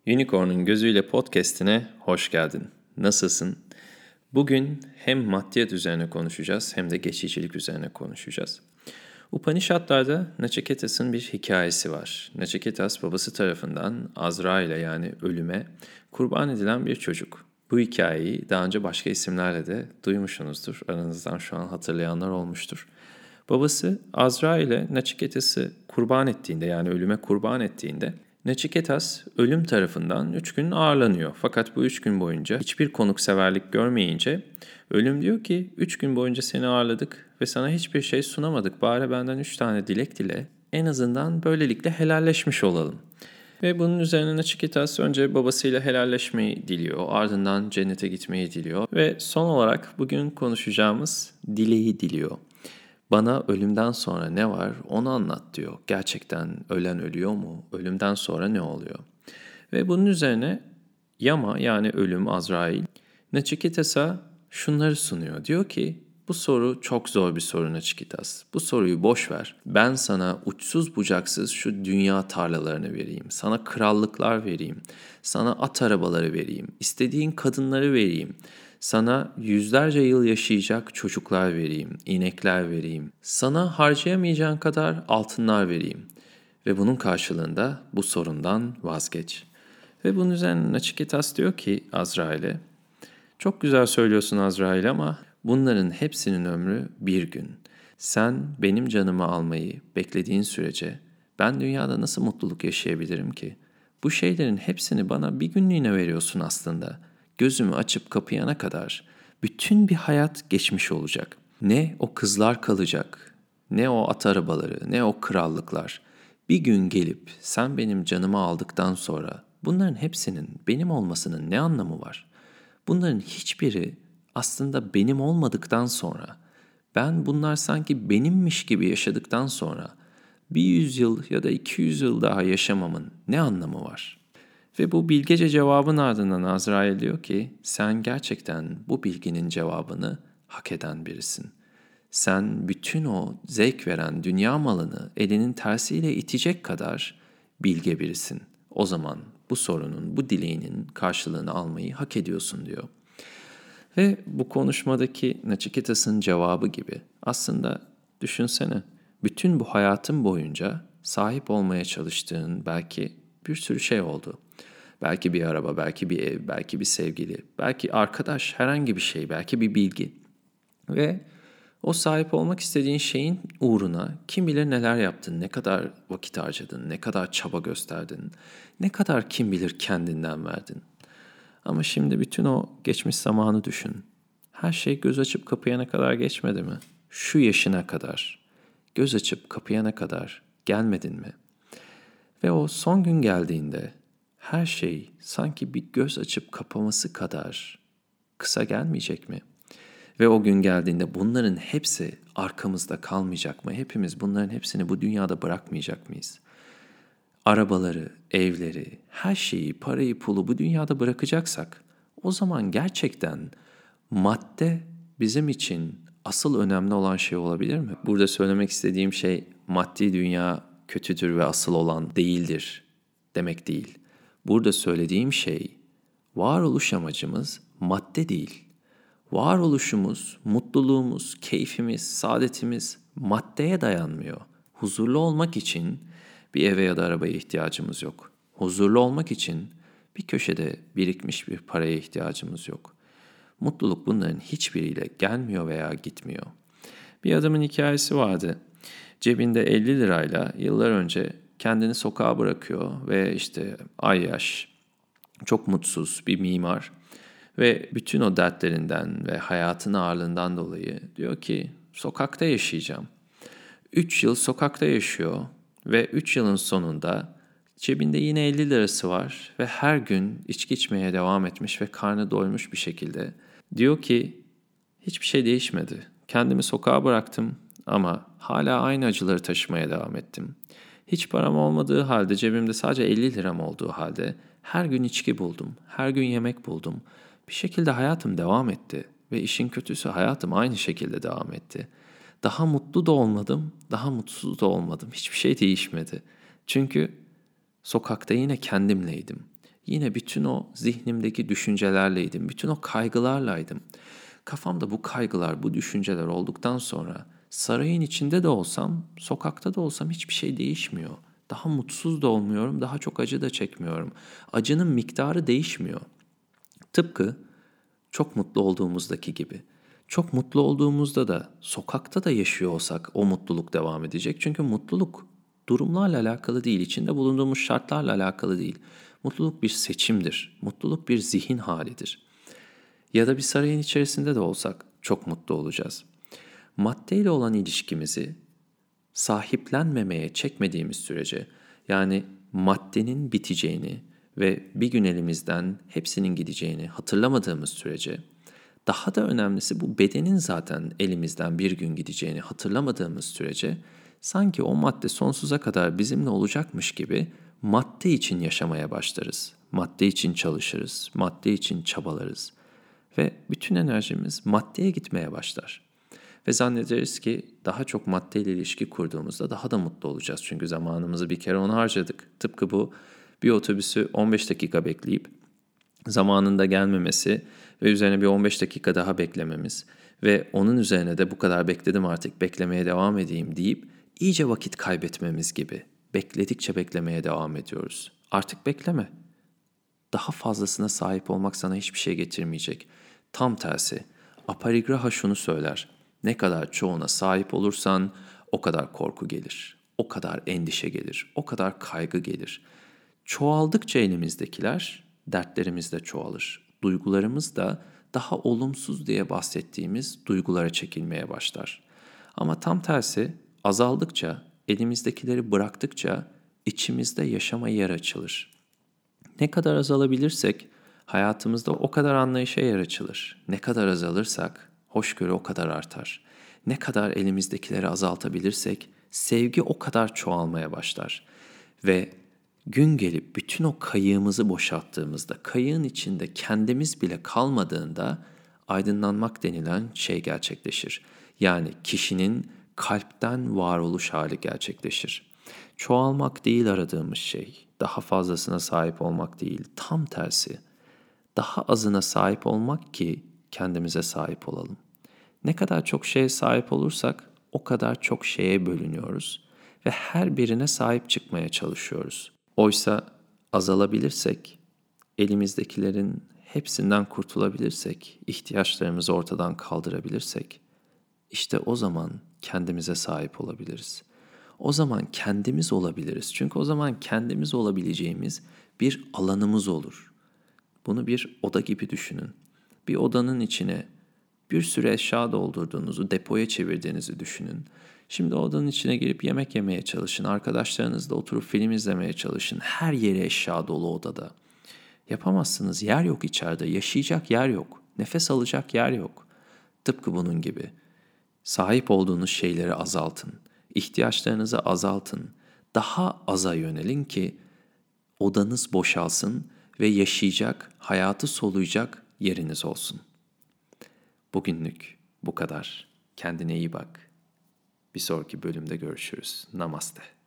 Unicorn'un Gözüyle Podcast'ine hoş geldin. Nasılsın? Bugün hem maddiyat üzerine konuşacağız hem de geçicilik üzerine konuşacağız. Upanishadlarda Nachiketas'ın bir hikayesi var. Nachiketas babası tarafından Azrail'e yani ölüme kurban edilen bir çocuk. Bu hikayeyi daha önce başka isimlerle de duymuşsunuzdur. Aranızdan şu an hatırlayanlar olmuştur. Babası Azrail'e Nachiketas'ı kurban ettiğinde yani ölüme kurban ettiğinde Nachiketas ölüm tarafından 3 gün ağırlanıyor. Fakat bu 3 gün boyunca hiçbir konukseverlik görmeyince ölüm diyor ki 3 gün boyunca seni ağırladık ve sana hiçbir şey sunamadık. Bari benden 3 tane dilek dile. En azından böylelikle helalleşmiş olalım. Ve bunun üzerine Nachiketas önce babasıyla helalleşmeyi diliyor. Ardından cennete gitmeyi diliyor. Ve son olarak bugün konuşacağımız dileği diliyor. Bana ölümden sonra ne var onu anlat diyor. Gerçekten ölen ölüyor mu? Ölümden sonra ne oluyor? Ve bunun üzerine Yama yani ölüm Azrail Nachiketas'a şunları sunuyor. Diyor ki bu soru çok zor bir soru Nachiketas. Bu soruyu boş ver. Ben sana uçsuz bucaksız şu dünya tarlalarını vereyim. Sana krallıklar vereyim. Sana at arabaları vereyim. İstediğin kadınları vereyim. Sana yüzlerce yıl yaşayacak çocuklar vereyim, inekler vereyim. Sana harcayamayacağın kadar altınlar vereyim. Ve bunun karşılığında bu sorundan vazgeç. Ve bunun üzerine Nachiketas diyor ki Azrail'e, çok güzel söylüyorsun Azrail ama bunların hepsinin ömrü bir gün. Sen benim canımı almayı beklediğin sürece ben dünyada nasıl mutluluk yaşayabilirim ki? Bu şeylerin hepsini bana bir günlüğüne veriyorsun aslında. Gözümü açıp kapayana kadar bütün bir hayat geçmiş olacak. Ne o kızlar kalacak, ne o at arabaları, ne o krallıklar. Bir gün gelip sen benim canımı aldıktan sonra bunların hepsinin benim olmasının ne anlamı var? Bunların hiçbiri aslında benim olmadıktan sonra, ben bunlar sanki benimmiş gibi yaşadıktan sonra bir 100 yıl ya da 200 yıl daha yaşamamın ne anlamı var? Ve bu bilgece cevabın ardından Azrail diyor ki, sen gerçekten bu bilginin cevabını hak eden birisin. Sen bütün o zevk veren dünya malını elinin tersiyle itecek kadar bilge birisin. O zaman bu sorunun, bu dileğinin karşılığını almayı hak ediyorsun diyor. Ve bu konuşmadaki Nachiketas'ın cevabı gibi aslında düşünsene bütün bu hayatın boyunca sahip olmaya çalıştığın belki bir sürü şey oldu. Belki bir araba, belki bir ev, belki bir sevgili, belki arkadaş, herhangi bir şey, belki bir bilgi. Ve o sahip olmak istediğin şeyin uğruna kim bilir neler yaptın, ne kadar vakit harcadın, ne kadar çaba gösterdin, ne kadar kim bilir kendinden verdin. Ama şimdi bütün o geçmiş zamanı düşün. Her şey göz açıp kapayana kadar geçmedi mi? Şu yaşına kadar, göz açıp kapayana kadar gelmedin mi? Ve o son gün geldiğinde her şey sanki bir göz açıp kapaması kadar kısa gelmeyecek mi? Ve o gün geldiğinde bunların hepsi arkamızda kalmayacak mı? Hepimiz bunların hepsini bu dünyada bırakmayacak mıyız? Arabaları, evleri, her şeyi, parayı, pulu bu dünyada bırakacaksak o zaman gerçekten madde bizim için asıl önemli olan şey olabilir mi? Burada söylemek istediğim şey maddi dünya kötüdür ve asıl olan değildir demek değil. Burada söylediğim şey varoluş amacımız madde değil. Varoluşumuz, mutluluğumuz, keyfimiz, saadetimiz maddeye dayanmıyor. Huzurlu olmak için bir eve ya da arabaya ihtiyacımız yok. Huzurlu olmak için bir köşede birikmiş bir paraya ihtiyacımız yok. Mutluluk bunların hiçbiriyle gelmiyor veya gitmiyor. Bir adamın hikayesi vardı. Cebinde 50 lirayla yıllar önce kendini sokağa bırakıyor ve işte ayyaş, çok mutsuz bir mimar ve bütün o dertlerinden ve hayatın ağırlığından dolayı diyor ki sokakta yaşayacağım. 3 yıl sokakta yaşıyor ve 3 yılın sonunda cebinde yine 50 lirası var ve her gün içki içmeye devam etmiş ve karnı doymuş bir şekilde. Diyor ki hiçbir şey değişmedi. Kendimi sokağa bıraktım ama hala aynı acıları taşımaya devam ettim. Hiç param olmadığı halde cebimde sadece 50 liram olduğu halde her gün içki buldum, her gün yemek buldum. Bir şekilde hayatım devam etti ve işin kötüsü hayatım aynı şekilde devam etti. Daha mutlu da olmadım, daha mutsuz da olmadım. Hiçbir şey değişmedi. Çünkü sokakta yine kendimleydim. Yine bütün o zihnimdeki düşüncelerleydim, bütün o kaygılarlaydım. Kafamda bu kaygılar, bu düşünceler olduktan sonra sarayın içinde de olsam, sokakta da olsam hiçbir şey değişmiyor. Daha mutsuz da olmuyorum, daha çok acı da çekmiyorum. Acının miktarı değişmiyor. Tıpkı çok mutlu olduğumuzdaki gibi. Çok mutlu olduğumuzda da sokakta da yaşıyor olsak o mutluluk devam edecek. Çünkü mutluluk durumlarla alakalı değil, içinde bulunduğumuz şartlarla alakalı değil. Mutluluk bir seçimdir. Mutluluk bir zihin halidir. Ya da bir sarayın içerisinde de olsak çok mutlu olacağız. Maddeyle olan ilişkimizi sahiplenmemeye çekmediğimiz sürece, yani maddenin biteceğini ve bir gün elimizden hepsinin gideceğini hatırlamadığımız sürece, daha da önemlisi bu bedenin zaten elimizden bir gün gideceğini hatırlamadığımız sürece, sanki o madde sonsuza kadar bizimle olacakmış gibi madde için yaşamaya başlarız. Madde için çalışırız, madde için çabalarız ve bütün enerjimiz maddeye gitmeye başlar. Ve zannederiz ki daha çok maddeyle ilişki kurduğumuzda daha da mutlu olacağız. Çünkü zamanımızı bir kere ona harcadık. Tıpkı bu bir otobüsü 15 dakika bekleyip zamanında gelmemesi ve üzerine bir 15 dakika daha beklememiz ve onun üzerine de bu kadar bekledim artık beklemeye devam edeyim deyip iyice vakit kaybetmemiz gibi. Bekledikçe beklemeye devam ediyoruz. Artık bekleme. Daha fazlasına sahip olmak sana hiçbir şey getirmeyecek. Tam tersi. Aparigraha şunu söyler. Ne kadar çoğuna sahip olursan o kadar korku gelir. O kadar endişe gelir. O kadar kaygı gelir. Çoğaldıkça elimizdekiler dertlerimiz de çoğalır. Duygularımız da daha olumsuz diye bahsettiğimiz duygulara çekilmeye başlar. Ama tam tersi azaldıkça, elimizdekileri bıraktıkça içimizde yaşama yer açılır. Ne kadar azalabilirsek hayatımızda o kadar anlayışa yer açılır. Ne kadar azalırsak hoşgörü o kadar artar. Ne kadar elimizdekileri azaltabilirsek sevgi o kadar çoğalmaya başlar. Ve gün gelip bütün o kayığımızı boşalttığımızda, kayığın içinde kendimiz bile kalmadığında aydınlanmak denilen şey gerçekleşir. Yani kişinin kalpten varoluş hali gerçekleşir. Çoğalmak değil aradığımız şey, daha fazlasına sahip olmak değil, tam tersi. Daha azına sahip olmak ki kendimize sahip olalım. Ne kadar çok şeye sahip olursak o kadar çok şeye bölünüyoruz ve her birine sahip çıkmaya çalışıyoruz. Oysa azalabilirsek, elimizdekilerin hepsinden kurtulabilirsek, ihtiyaçlarımızı ortadan kaldırabilirsek, işte o zaman kendimize sahip olabiliriz. O zaman kendimiz olabiliriz. Çünkü o zaman kendimiz olabileceğimiz bir alanımız olur. Bunu bir oda gibi düşünün. Bir odanın içine bir sürü eşya doldurduğunuzu, depoya çevirdiğinizi düşünün. Şimdi odanın içine girip yemek yemeye çalışın. Arkadaşlarınızla oturup film izlemeye çalışın. Her yeri eşya dolu odada. Yapamazsınız. Yer yok içeride. Yaşayacak yer yok. Nefes alacak yer yok. Tıpkı bunun gibi. Sahip olduğunuz şeyleri azaltın. İhtiyaçlarınızı azaltın. Daha aza yönelin ki odanız boşalsın ve yaşayacak, hayatı soluyacak yeriniz olsun. Bugünlük bu kadar. Kendine iyi bak. Bir sonraki bölümde görüşürüz. Namaste.